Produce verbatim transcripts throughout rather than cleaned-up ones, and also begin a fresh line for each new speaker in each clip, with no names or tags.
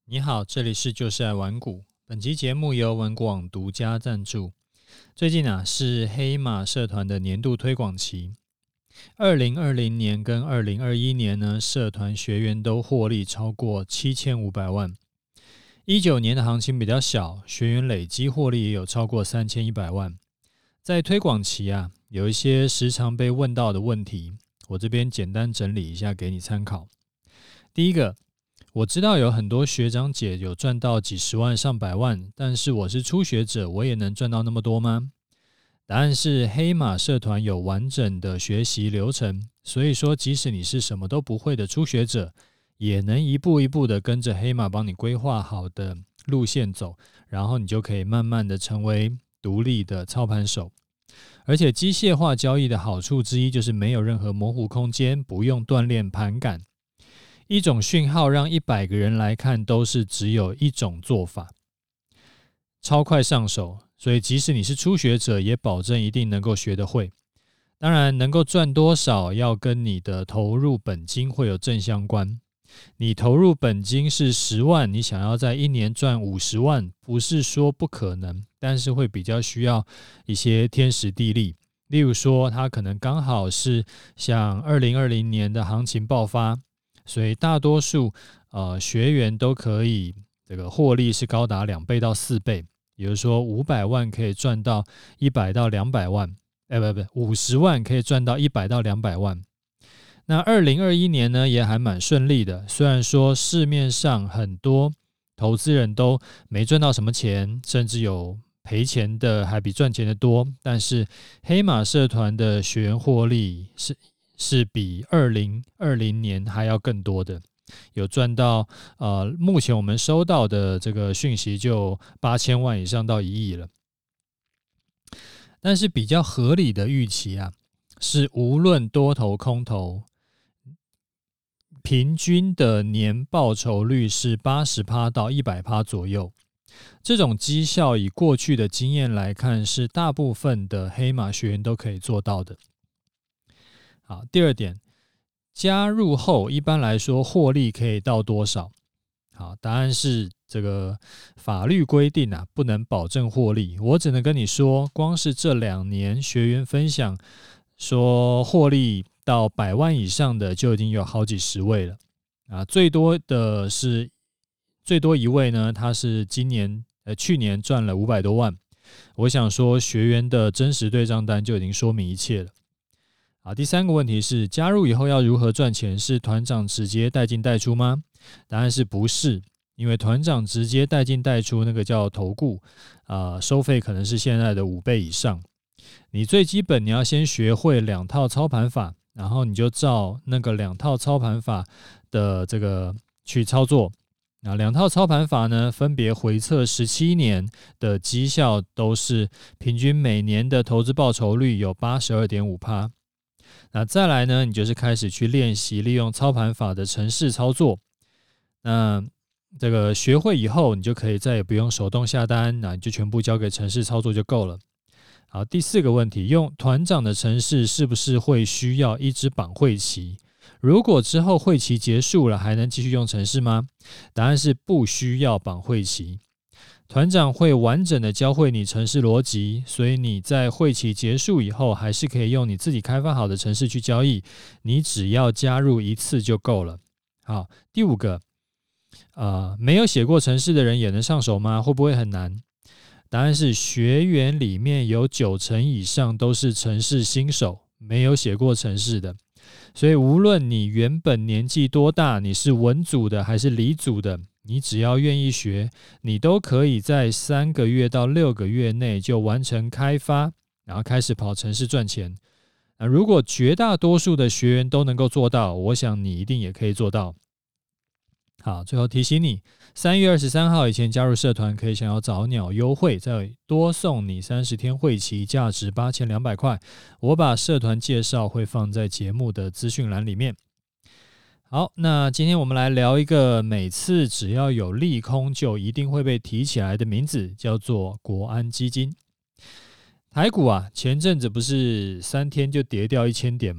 你好，这里是就是爱玩股。本期节目由文广独家赞助。最近啊是黑马社团的年度推广期，二零二零年跟二零二一年呢，社团学员都获利超过七千五百万。一九年的行情比较小，学员累积获利也有超过三千一百万。在推广期啊，有一些时常被问到的问题，我这边简单整理一下给你参考。第一个，我知道有很多学长姐有赚到几十万上百万，但是我是初学者，我也能赚到那么多吗？答案是黑马社团有完整的学习流程，所以说即使你是什么都不会的初学者，也能一步一步的跟着黑马帮你规划好的路线走，然后你就可以慢慢的成为独立的操盘手。而且机械化交易的好处之一就是没有任何模糊空间，不用锻炼盘感。一种讯号让一百个人来看都是只有一种做法，超快上手，所以即使你是初学者，也保证一定能够学得会。当然能够赚多少要跟你的投入本金会有正相关。你投入本金是十万，你想要在一年赚五十万，不是说不可能，但是会比较需要一些天时地利。例如说它可能刚好是像二零二零年的行情爆发，所以大多数呃学员都可以这个获利是高达两倍到四倍，也就是说五百万可以赚到一百到两百万，哎不不，五十万可以赚到一百到两百万。那二零二一年呢也还蛮顺利的，虽然说市面上很多投资人都没赚到什么钱，甚至有赔钱的还比赚钱的多，但是黑马社团的学员获利是是比二零二零年还要更多的，有赚到呃，目前我们收到的这个讯息就八千万以上到一亿了。但是比较合理的预期啊，是无论多头空头，平均的年报酬率是 百分之八十 到 百分之百 左右。这种绩效以过去的经验来看，是大部分的黑马学员都可以做到的。好，第二点，加入后一般来说获利可以到多少？好，答案是这个法律规定啊，不能保证获利。我只能跟你说，光是这两年学员分享说获利到百万以上的就已经有好几十位了啊，最多的是最多一位呢，他是今年呃去年赚了五百多万。我想说，学员的真实对账单就已经说明一切了。好，第三个问题是，加入以后要如何赚钱？是团长直接带进带出吗？答案是不是，因为团长直接带进带出那个叫投顾，呃，收费可能是现在的五倍以上。你最基本你要先学会两套操盘法，然后你就照那个两套操盘法的这个去操作。那两套操盘法呢，分别回测十七年的绩效都是平均每年的投资报酬率有 百分之八十二点五。那再来呢，你就是开始去练习利用操盘法的程式操作。那这个学会以后，你就可以再也不用手动下单，那你就全部交给程式操作就够了。好，第四个问题，用团长的程式是不是会需要一直绑会期？如果之后会期结束了，还能继续用程式吗？答案是不需要绑会期。团长会完整的教会你程式逻辑，所以你在会期结束以后，还是可以用你自己开发好的程式去交易，你只要加入一次就够了。好，第五个，呃，没有写过程式的人也能上手吗？会不会很难？答案是学员里面有九成以上都是程式新手，没有写过程式的。所以无论你原本年纪多大，你是文组的还是理组的，你只要愿意学，你都可以在三个月到六个月内就完成开发，然后开始跑程式赚钱。那如果绝大多数的学员都能够做到，我想你一定也可以做到。好，最后提醒你，三月二十三号以前加入社团可以享有早鸟优惠，再多送你三十天会期，价值八千两百块。我把社团介绍会放在节目的资讯栏里面。好，那今天我们来聊一个每次只要有利空就一定会被提起来的名字，叫做国安基金。台股啊，前阵子不是三天就跌掉一千点吗？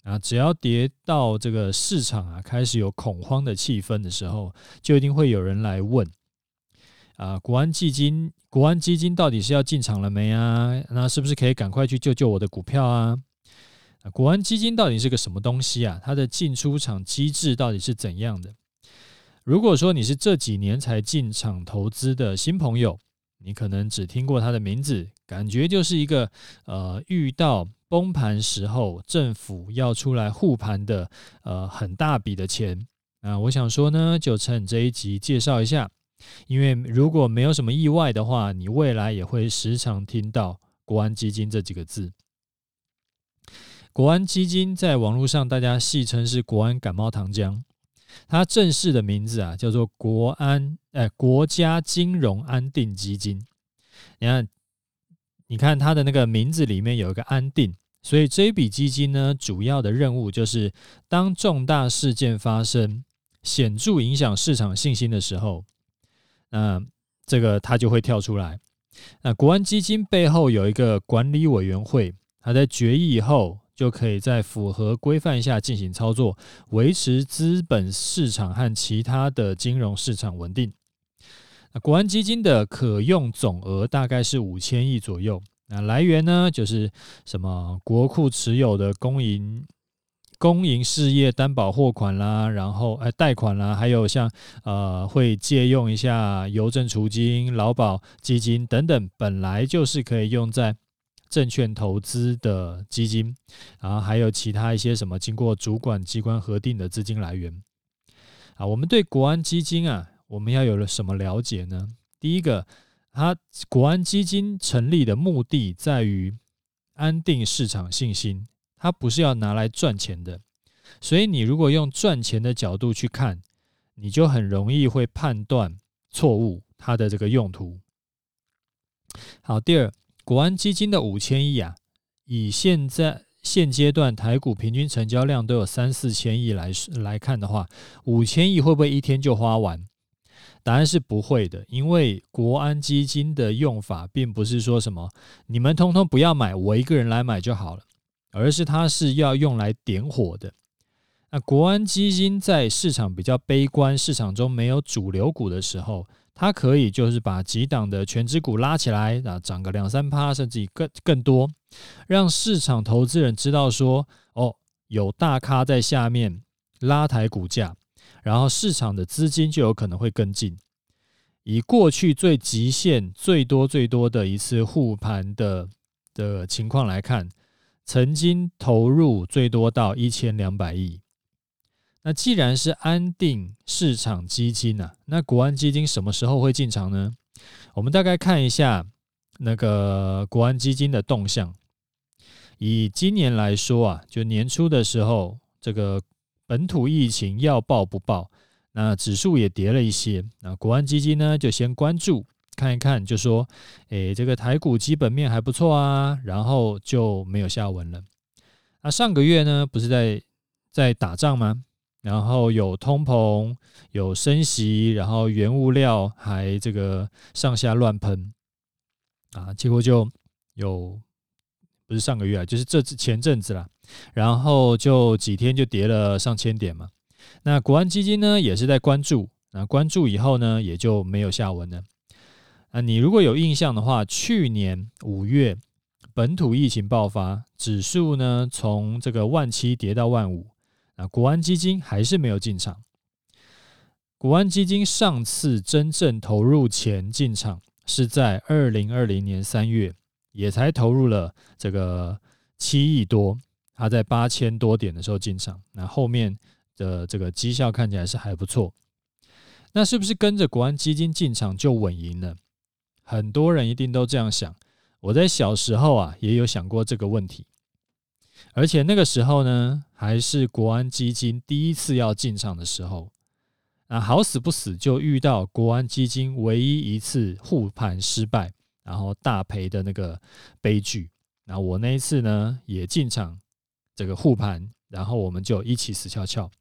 啊，只要跌到这个市场啊开始有恐慌的气氛的时候，就一定会有人来问啊，国安基金，国安基金到底是要进场了没啊？那是不是可以赶快去救救我的股票啊？啊国安基金到底是个什么东西啊？它的进出场机制到底是怎样的？如果说你是这几年才进场投资的新朋友，你可能只听过它的名字，感觉就是一个呃遇到崩盘时候政府要出来护盘的呃很大笔的钱。那我想说呢，就趁这一集介绍一下，因为如果没有什么意外的话，你未来也会时常听到国安基金这几个字。国安基金在网络上大家戏称是国安感冒糖浆，它正式的名字啊叫做国安呃国家金融安定基金。你看，你看它的那个名字里面有一个安定，所以这一笔基金呢，主要的任务就是当重大事件发生，显著影响市场信心的时候，那这个它就会跳出来。那国安基金背后有一个管理委员会，它在决议以后，就可以在符合规范下进行操作，维持资本市场和其他的金融市场稳定。那国安基金的可用总额大概是五千亿左右。那来源呢，就是什么国库持有的公营公营事业担保货款啦，然后呃贷款啦，还有像呃会借用一下邮政储金、劳保基金等等，本来就是可以用在证券投资的基金，然后还有其他一些什么经过主管机关核定的资金来源。啊，我们对国安基金啊，我们要有了什么了解呢？第一个，它国安基金成立的目的在于安定市场信心，它不是要拿来赚钱的。所以你如果用赚钱的角度去看，你就很容易会判断错误它的这个用途。好，第二，国安基金的五千亿啊，以现在现阶段台股平均成交量都有三四千亿来来看的话，五千亿会不会一天就花完？答案是不会的，因为国安基金的用法并不是说什么你们通通不要买，我一个人来买就好了，而是它是要用来点火的。那国安基金在市场比较悲观，市场中没有主流股的时候，它可以就是把几档的全指股拉起来，啊，涨个两三趴，甚至更更多，让市场投资人知道说，哦，有大咖在下面拉抬股价。然后市场的资金就有可能会跟进。以过去最极限、最多最多的一次护盘的的情况来看，曾经投入最多到一千两百亿。那既然是安定市场基金啊，那国安基金什么时候会进场呢？我们大概看一下那个国安基金的动向。以今年来说啊，就年初的时候，这个本土疫情要爆不爆，那指数也跌了一些，那国安基金呢就先关注看一看，就说诶这个台股基本面还不错啊，然后就没有下文了。那上个月呢不是在在打仗吗？然后有通膨，有升息，然后原物料还这个上下乱喷啊，结果就有不是上个月啊，就是这前阵子啦，然后就几天就跌了上千点嘛。那国安基金呢也是在关注，那关注以后呢也就没有下文了。啊，你如果有印象的话，去年五月本土疫情爆发，指数呢从这个万七跌到万五，那国安基金还是没有进场。国安基金上次真正投入钱进场是在二零二零年三月，也才投入了这个七亿多，他在八千多点的时候进场，那后面的这个绩效看起来是还不错。那是不是跟着国安基金进场就稳赢了？很多人一定都这样想。我在小时候啊也有想过这个问题，而且那个时候呢还是国安基金第一次要进场的时候，那好死不死就遇到国安基金唯一一次护盘失败，然后大赔的那个悲剧。然后我那一次呢也进场这个护盘，然后我们就一起死翘翘。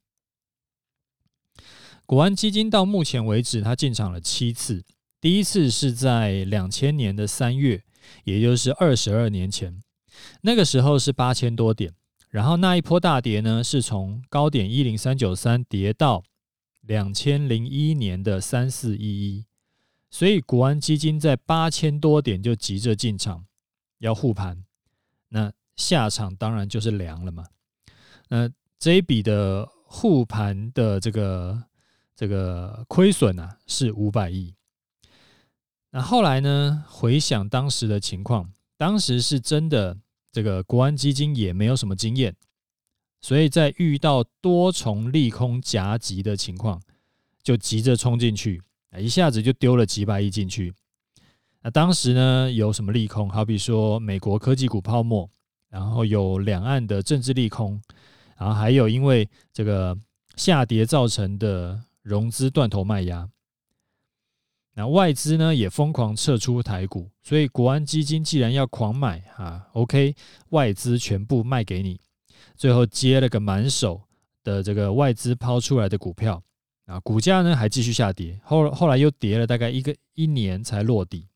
国安基金到目前为止，它进场了七次。第一次是在两千年的三月，也就是二十二年前，那个时候是八千多点， 然后那一波大跌呢，是从高点一零三九三跌到两千零一年的三四一一，所以国安基金在八千多点就急着进场要护盘，那下场当然就是凉了嘛。那这一笔的护盘的这个这个亏损啊是五百亿。那后来呢，回想当时的情况，当时是真的这个国安基金也没有什么经验，所以在遇到多重利空夹击的情况，就急着冲进去，一下子就丢了几百亿进去。那当时呢，有什么利空？好比说美国科技股泡沫，然后有两岸的政治利空，然后还有因为这个下跌造成的融资断头卖压。那外资呢也疯狂撤出台股，所以国安基金既然要狂买啊 ，OK， 外资全部卖给你，最后接了个满手的这个外资抛出来的股票啊，股价呢还继续下跌，后后来又跌了大概一个一年才落底。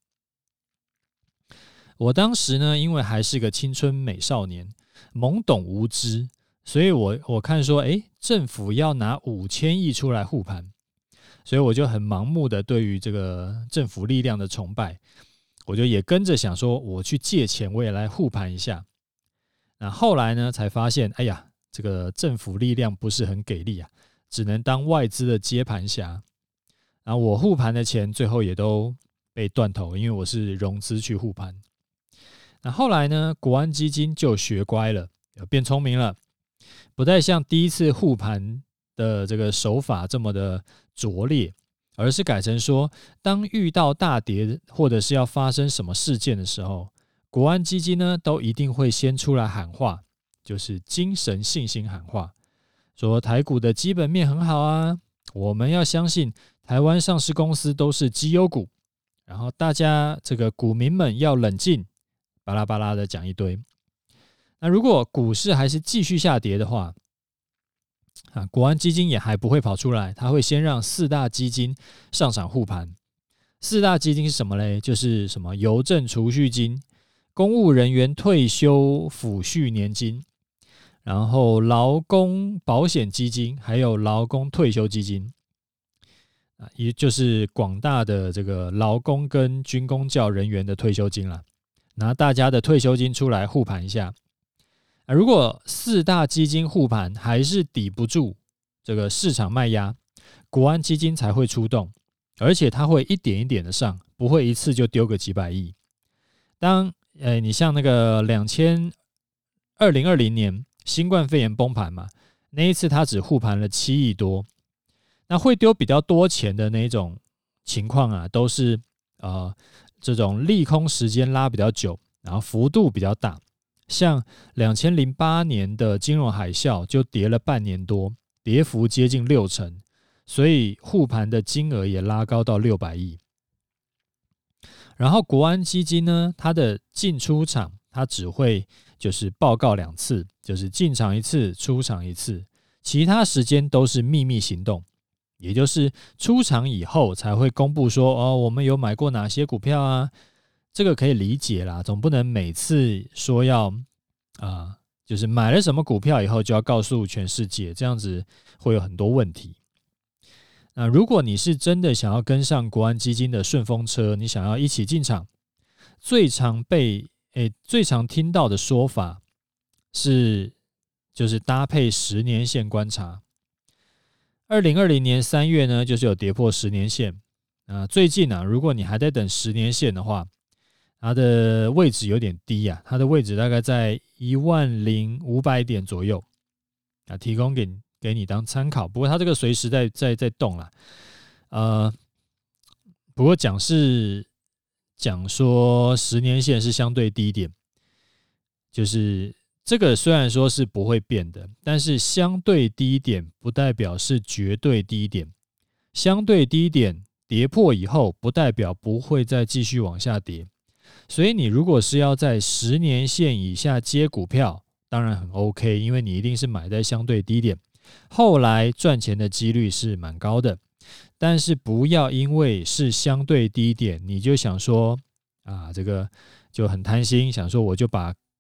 我当时呢，因为还是个青春美少年，懵懂无知，所以我我看说，哎，政府要拿五千亿出来护盘。所以我就很盲目的对于这个政府力量的崇拜，我就也跟着想说，我去借钱，我也来护盘一下。那后来呢，才发现，哎呀，这个政府力量不是很给力啊，只能当外资的接盘侠。然后我护盘的钱最后也都被断头，因为我是融资去护盘。那后来呢，国安基金就学乖了，变聪明了，不再像第一次护盘的这个手法这么的拙劣，而是改成说，当遇到大跌或者是要发生什么事件的时候，国安基金呢都一定会先出来喊话，就是精神信心喊话，说台股的基本面很好啊，我们要相信台湾上市公司都是绩优股，然后大家这个股民们要冷静，巴拉巴拉的讲一堆。那如果股市还是继续下跌的话，啊，国安基金也还不会跑出来，他会先让四大基金上场护盘。四大基金是什么嘞？就是什么邮政储蓄金、公务人员退休抚恤年金，然后劳工保险基金，还有劳工退休基金，啊，也就是广大的这个劳工跟军公教人员的退休金啦，拿大家的退休金出来护盘一下。如果四大基金护盘还是抵不住这个市场卖压，国安基金才会出动，而且它会一点一点的上，不会一次就丢个几百亿。当呃你像那个二零二零年新冠肺炎崩盘嘛，那一次它只护盘了七亿多，那会丢比较多钱的那种情况啊，都是呃这种利空时间拉比较久，然后幅度比较大。像二零零八年的金融海啸就跌了半年多，跌幅接近六成，所以护盘的金额也拉高到六百亿。然后国安基金呢，它的进出场它只会就是报告两次，就是进场一次，出场一次，其他时间都是秘密行动，也就是出场以后才会公布说，哦，我们有买过哪些股票啊。这个可以理解啦，总不能每次说要啊、呃，就是买了什么股票以后就要告诉全世界，这样子会有很多问题。那如果你是真的想要跟上国安基金的顺风车，你想要一起进场，最常被诶最常听到的说法是，就是搭配十年线观察。二零二零年三月呢，就是有跌破十年线。啊，最近啊，如果你还在等十年线的话，它的位置有点低啊，它的位置大概在一万零五百点左右啊，提供给给你当参考。不过它这个随时在在在动啦，呃，不过讲是讲说十年线是相对低点，就是这个虽然说是不会变的，但是相对低点不代表是绝对低点，相对低点跌破以后，不代表不会再继续往下跌。所以你如果是要在十年线以下接股票，当然很 OK， 因为你一定是买在相对低点，后来赚钱的几率是蛮高的。但是不要因为是相对低点，你就想说啊，这个就很贪心，想说我就把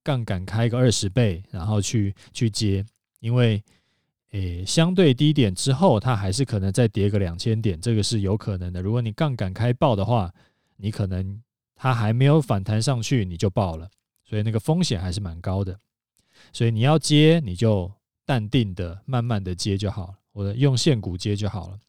杠杆开个二十倍，然后去去接，因为诶相对低点之后，它还是可能再跌个两千点，这个是有可能的。如果你杠杆开爆的话，你可能它还没有反弹上去，你就爆了，所以那个风险还是蛮高的。所以你要接，你就淡定的、慢慢的接就好了，或者用现股接就好了。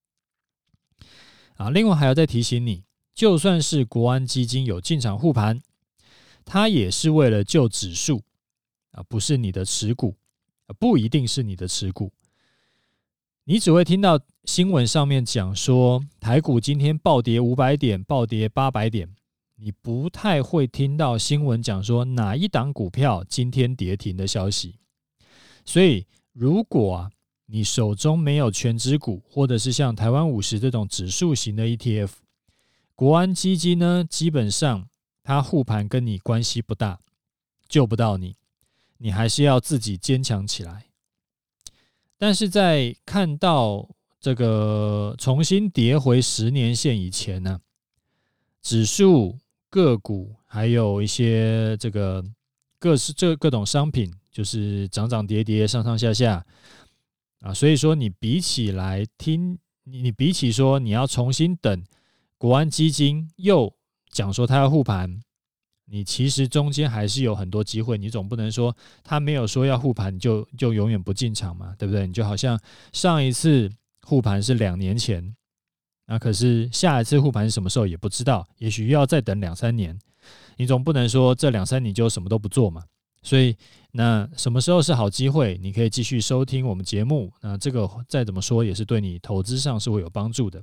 啊，另外还要再提醒你，就算是国安基金有进场护盘，它也是为了救指数啊，不是你的持股，不一定是你的持股。你只会听到新闻上面讲说台股今天暴跌五百点，暴跌八百点，你不太会听到新闻讲说哪一档股票今天跌停的消息。所以如果啊你手中没有全指股，或者是像台湾五十这种指数型的 E T F， 国安基金呢，基本上它护盘跟你关系不大，救不到你，你还是要自己坚强起来。但是在看到这个重新跌回十年线以前呢，指数、个股还有一些这个各式这各种商品，就是涨涨跌跌、上上下下啊，所以说你比起来听，你你比起说你要重新等国安基金又讲说它要护盘，你其实中间还是有很多机会，你总不能说他没有说要护盘，你就就永远不进场嘛，对不对？你就好像上一次护盘是两年前，那可是下一次护盘是什么时候也不知道，也许又要再等两三年，你总不能说这两三年就什么都不做嘛。所以那什么时候是好机会，你可以继续收听我们节目，那这个再怎么说也是对你投资上是会有帮助的。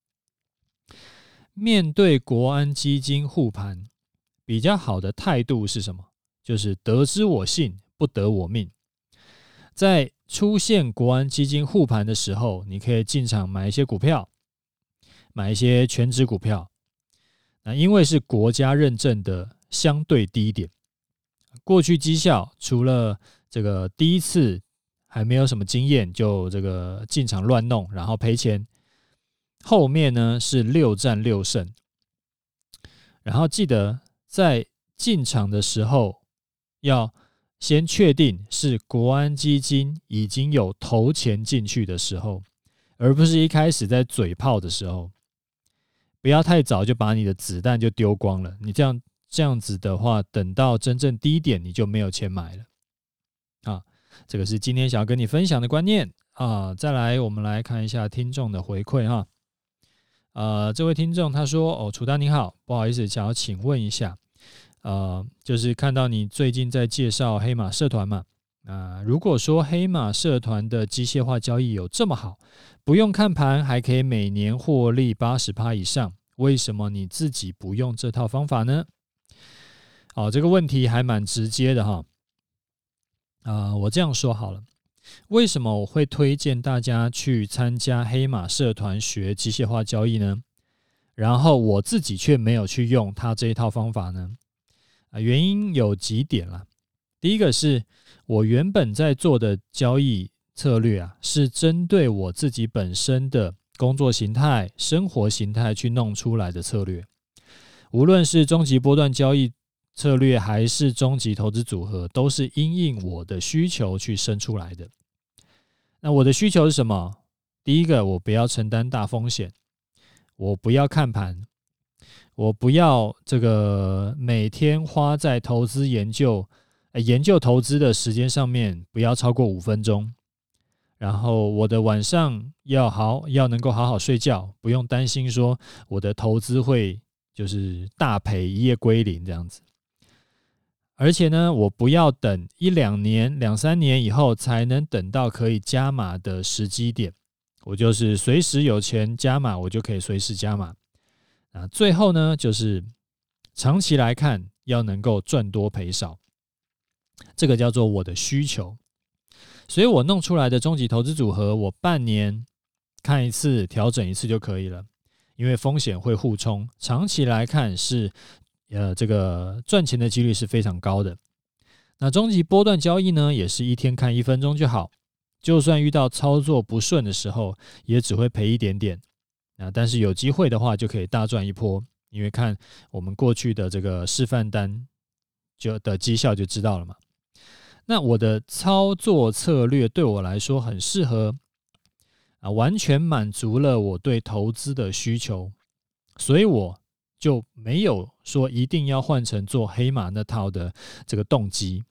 面对国安基金护盘，比较好的态度是什么？就是得之我幸，不得我命。在出现国安基金护盘的时候，你可以进场买一些股票，买一些全指股票。那因为是国家认证的相对低点，过去绩效除了这个第一次还没有什么经验就这个进场乱弄，然后赔钱，后面呢是六战六胜。然后记得在进场的时候要先确定是国安基金已经有投钱进去的时候，而不是一开始在嘴炮的时候。不要太早就把你的子弹就丢光了，你这样这样子的话，等到真正低点你就没有钱买了啊。这个是今天想要跟你分享的观念啊。再来，我们来看一下听众的回馈哈。呃，这位听众他说：“哦，楚大你好，不好意思，想要请问一下，呃，就是看到你最近在介绍黑马社团嘛，呃，如果说黑马社团的机械化交易有这么好，不用看盘还可以每年获利 百分之八十 以上，为什么你自己不用这套方法呢？”好，这个问题还蛮直接的哈。呃，我这样说好了，为什么我会推荐大家去参加黑马社团学机械化交易呢？然后我自己却没有去用它这一套方法呢？啊，原因有几点啦。第一个是我原本在做的交易策略啊，是针对我自己本身的工作形态、生活形态去弄出来的策略。无论是终极波段交易策略还是终极投资组合，都是因应我的需求去生出来的。那我的需求是什么？第一个，我不要承担大风险，我不要看盘，我不要这个每天花在投资研究、呃、研究投资的时间上面不要超过五分钟。然后我的晚上要好，要能够好好睡觉，不用担心说我的投资会就是大赔一夜归零这样子。而且呢，我不要等一两年、两三年以后才能等到可以加码的时机点，我就是随时有钱加码，我就可以随时加码。啊，最后呢，就是长期来看要能够赚多赔少，这个叫做我的需求。所以我弄出来的终极投资组合，我半年看一次，调整一次就可以了，因为风险会互冲，长期来看是呃这个赚钱的几率是非常高的。那终极波段交易呢，也是一天看一分钟就好，就算遇到操作不顺的时候，也只会赔一点点。啊，但是有机会的话，就可以大赚一波，因为看我们过去的这个示范单， 就的绩效就知道了嘛。那我的操作策略对我来说很适合啊，完全满足了我对投资的需求，所以我就没有说一定要换成做黑马那套的这个动机。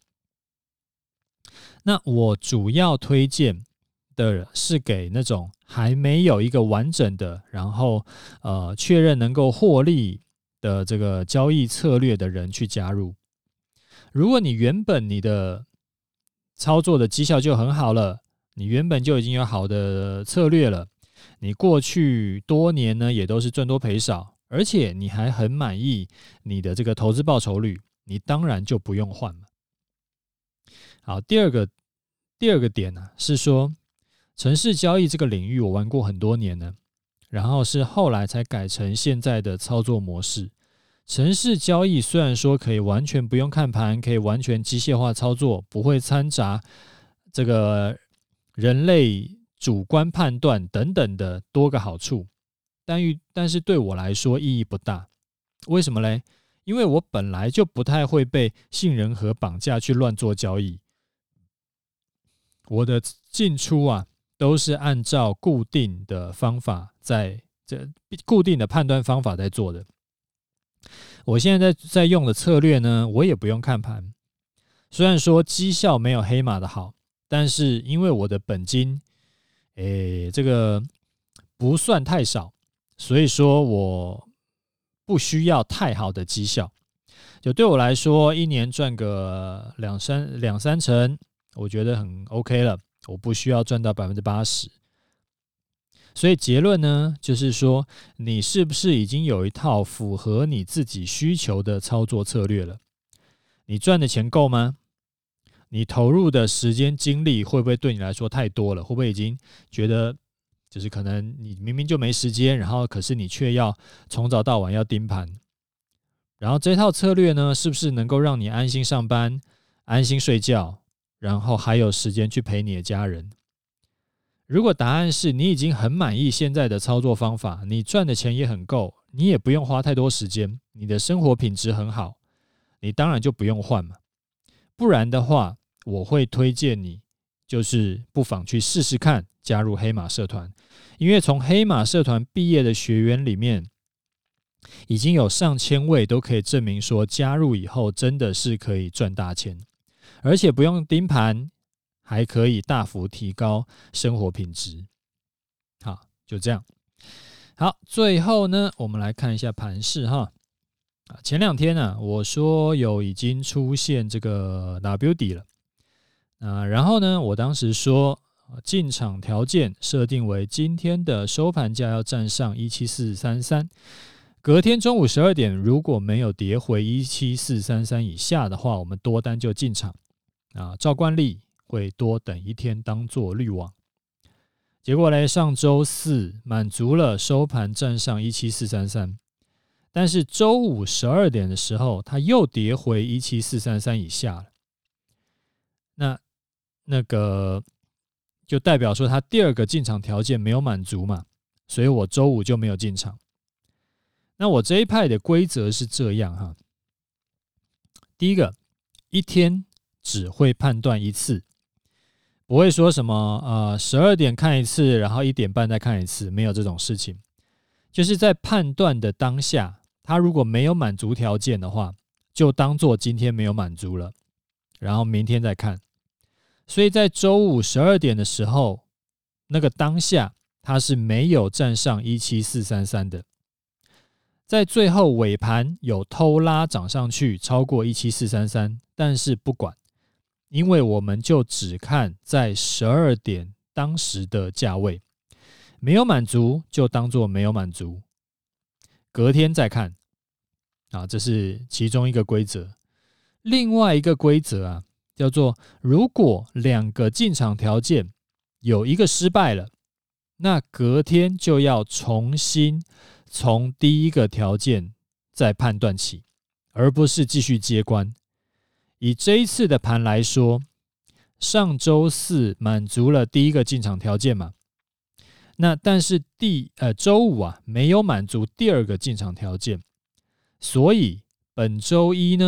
那我主要推荐的是给那种还没有一个完整的，然后呃确认能够获利的这个交易策略的人去加入。如果你原本你的操作的绩效就很好了，你原本就已经有好的策略了，你过去多年呢也都是赚多赔少，而且你还很满意你的这个投资报酬率，你当然就不用换嘛。好，第二个第二个点呢、啊、是说，程式交易这个领域我玩过很多年了，然后是后来才改成现在的操作模式。程式交易虽然说可以完全不用看盘，可以完全机械化操作，不会掺杂这个人类主观判断等等的多个好处，但但是对我来说意义不大。为什么嘞？因为我本来就不太会被杏仁核绑架去乱做交易，我的进出啊都是按照固定的方法在这固定的判断方法在做的。我现在 在, 在用的策略呢，我也不用看盘。虽然说绩效没有黑马的好，但是因为我的本金，诶，这个不算太少，所以说我不需要太好的绩效。就对我来说，一年赚个两三两三成，我觉得很 OK 了。我不需要赚到百分之八十。所以结论呢，就是说，你是不是已经有一套符合你自己需求的操作策略了？你赚的钱够吗？你投入的时间精力会不会对你来说太多了？会不会已经觉得，就是可能你明明就没时间，然后可是你却要从早到晚要盯盘？然后这套策略呢，是不是能够让你安心上班、安心睡觉，然后还有时间去陪你的家人？如果答案是你已经很满意现在的操作方法，你赚的钱也很够，你也不用花太多时间，你的生活品质很好，你当然就不用换嘛。不然的话，我会推荐你就是不妨去试试看加入黑马社团，因为从黑马社团毕业的学员里面，已经有上千位都可以证明说加入以后真的是可以赚大钱，而且不用盯盘，还可以大幅提高生活品质。好，就这样。好，最后呢，我们来看一下盘势哈。前两天呢、啊，我说有已经出现这个 W 底了，啊，然后呢，我当时说进场条件设定为今天的收盘价要站上一七四三三，隔天中午十二点如果没有跌回一七四三三以下的话，我们多单就进场啊，照惯例会多等一天当做滤网。结果呢，上周四满足了收盘站上一七四三三。但是周五十二点的时候，它又跌回一七四三三以下了。那那个就代表说它第二个进场条件没有满足嘛，所以我周五就没有进场。那我这一派的规则是这样哈，第一个，一天只会判断一次，不会说什么呃十二点看一次，然后一点半再看一次，没有这种事情。就是在判断的当下，它如果没有满足条件的话，就当做今天没有满足了，然后明天再看。所以在周五十二点的时候，那个当下它是没有站上一七四三三的。在最后尾盘有偷拉涨上去超过一七四三三，但是不管，因为我们就只看在十二点当时的价位。没有满足就当作没有满足，隔天再看啊，这是其中一个规则。另外一个规则啊，叫做如果两个进场条件有一个失败了，那隔天就要重新从第一个条件再判断起，而不是继续接关。以这一次的盘来说，上周四满足了第一个进场条件嘛，那但是第呃周五啊没有满足第二个进场条件，所以本周一呢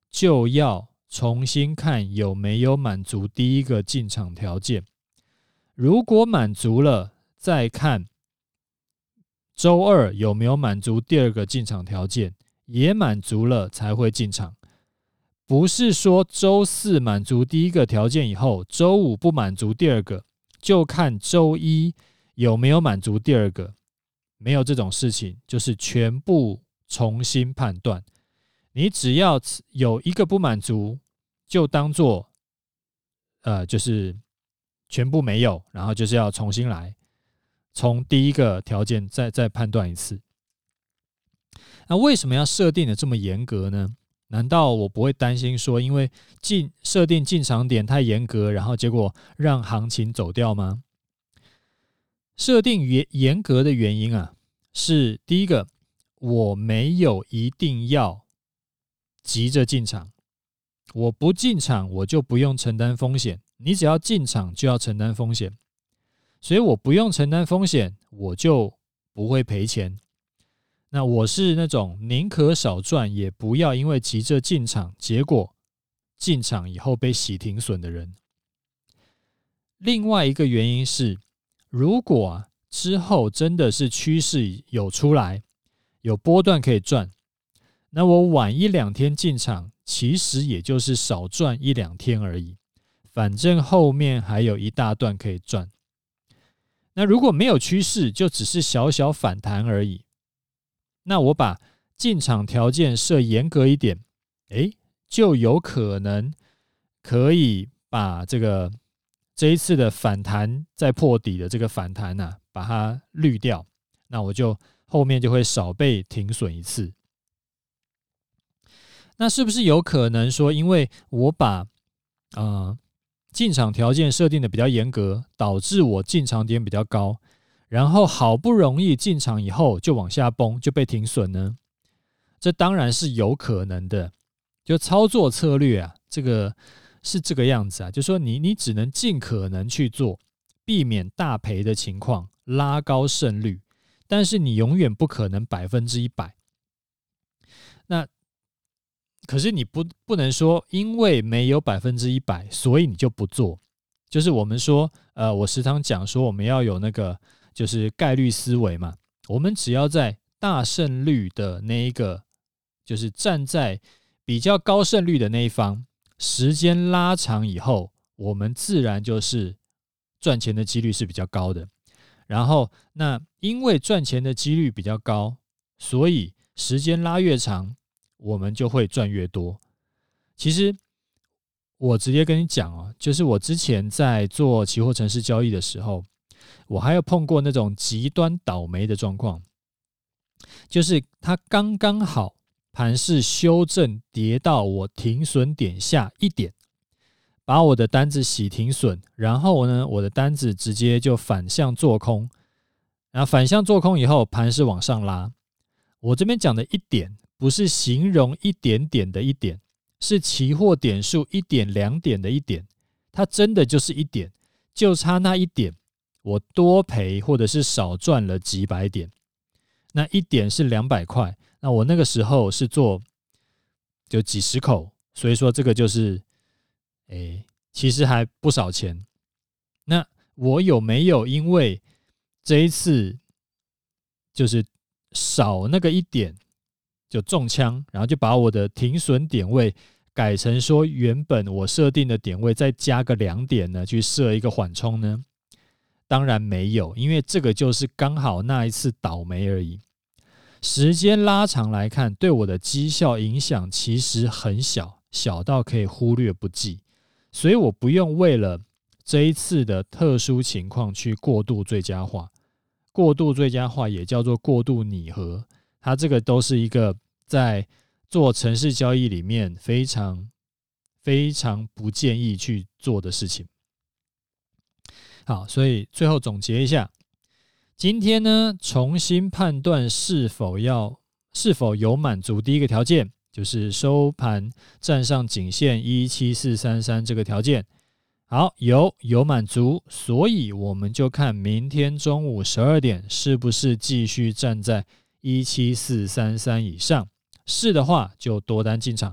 就要重新看有没有满足第一个进场条件。如果满足了，再看周二有没有满足第二个进场条件，也满足了才会进场。不是说周四满足第一个条件以后，周五不满足第二个，就看周一有没有满足第二个。没有这种事情，就是全部重新判断。你只要有一个不满足，就当做呃，就是全部没有，然后就是要重新来，从第一个条件再再判断一次。那为什么要设定的这么严格呢？难道我不会担心说，因为进设定进场点太严格，然后结果让行情走掉吗？设定严格的原因啊，是第一个，我没有一定要急着进场，我不进场我就不用承担风险，你只要进场就要承担风险，所以我不用承担风险，我就不会赔钱。那我是那种宁可少赚，也不要因为急着进场，结果进场以后被洗停损的人。另外一个原因是，如果啊之后真的是趋势有出来，有波段可以赚，那我晚一两天进场，其实也就是少赚一两天而已，反正后面还有一大段可以赚。那如果没有趋势，就只是小小反弹而已，那我把进场条件设严格一点，诶，就有可能可以把这个这一次的反弹再破底的这个反弹啊，把它滤掉，那我就后面就会少被停损一次。那是不是有可能说，因为我把呃进场条件设定的比较严格，导致我进场点比较高，然后好不容易进场以后就往下崩，就被停损呢？这当然是有可能的。就操作策略啊，这个是这个样子啊，就说你你只能尽可能去做，避免大赔的情况，拉高胜率，但是你永远不可能百分之一百。那可是你不不能说因为没有百分之一百，所以你就不做。就是我们说，呃，我时常讲说，我们要有那个就是概率思维嘛。我们只要在大胜率的那一个，就是站在比较高胜率的那一方，时间拉长以后，我们自然就是赚钱的几率是比较高的。然后，那因为赚钱的几率比较高，所以时间拉越长，我们就会赚越多。其实我直接跟你讲哦，就是我之前在做期货程式交易的时候，我还有碰过那种极端倒霉的状况，就是它刚刚好盘势修正跌到我停损点下一点，把我的单子洗停损，然后呢，我的单子直接就反向做空，然后反向做空以后，盘势往上拉。我这边讲的一点，不是形容一点点的一点，是期货点数一点两点的一点，它真的就是一点，就差那一点，我多赔或者是少赚了几百点。那一点是两百块，那我那个时候是做就几十口，所以说这个就是诶，其实还不少钱。那我有没有因为这一次就是少那个一点就中枪，然后就把我的停损点位改成说原本我设定的点位再加个两点呢，去设一个缓冲呢？当然没有，因为这个就是刚好那一次倒霉而已。时间拉长来看，对我的绩效影响其实很小，小到可以忽略不计，所以我不用为了这一次的特殊情况去过度最佳化。过度最佳化也叫做过度拟合，它这个都是一个在做程式交易里面非常非常不建议去做的事情。好，所以最后总结一下，今天呢，重新判断是否要是否有满足第一个条件，就是收盘站上颈线一七四三三这个条件。好，有有满足，所以我们就看明天中午十二点是不是继续站在一七四三三以上，是的话就多单进场，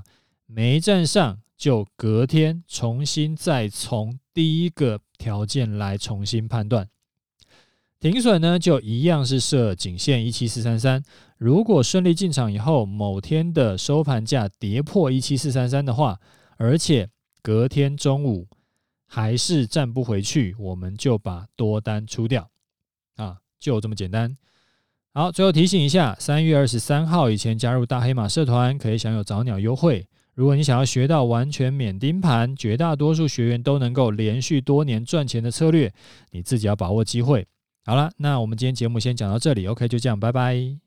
没站上就隔天重新再从第一个条件来重新判断。停损呢就一样是设颈线一七四三三，如果顺利进场以后，某天的收盘价跌破一七四三三的话，而且隔天中午还是站不回去，我们就把多单出掉啊，就这么简单。好，最后提醒一下，三月二十三号以前加入大黑马社团可以享有早鸟优惠。如果你想要学到完全免盯盘，绝大多数学员都能够连续多年赚钱的策略，你自己要把握机会。好了，那我们今天节目先讲到这里 ，OK， 就这样，拜拜。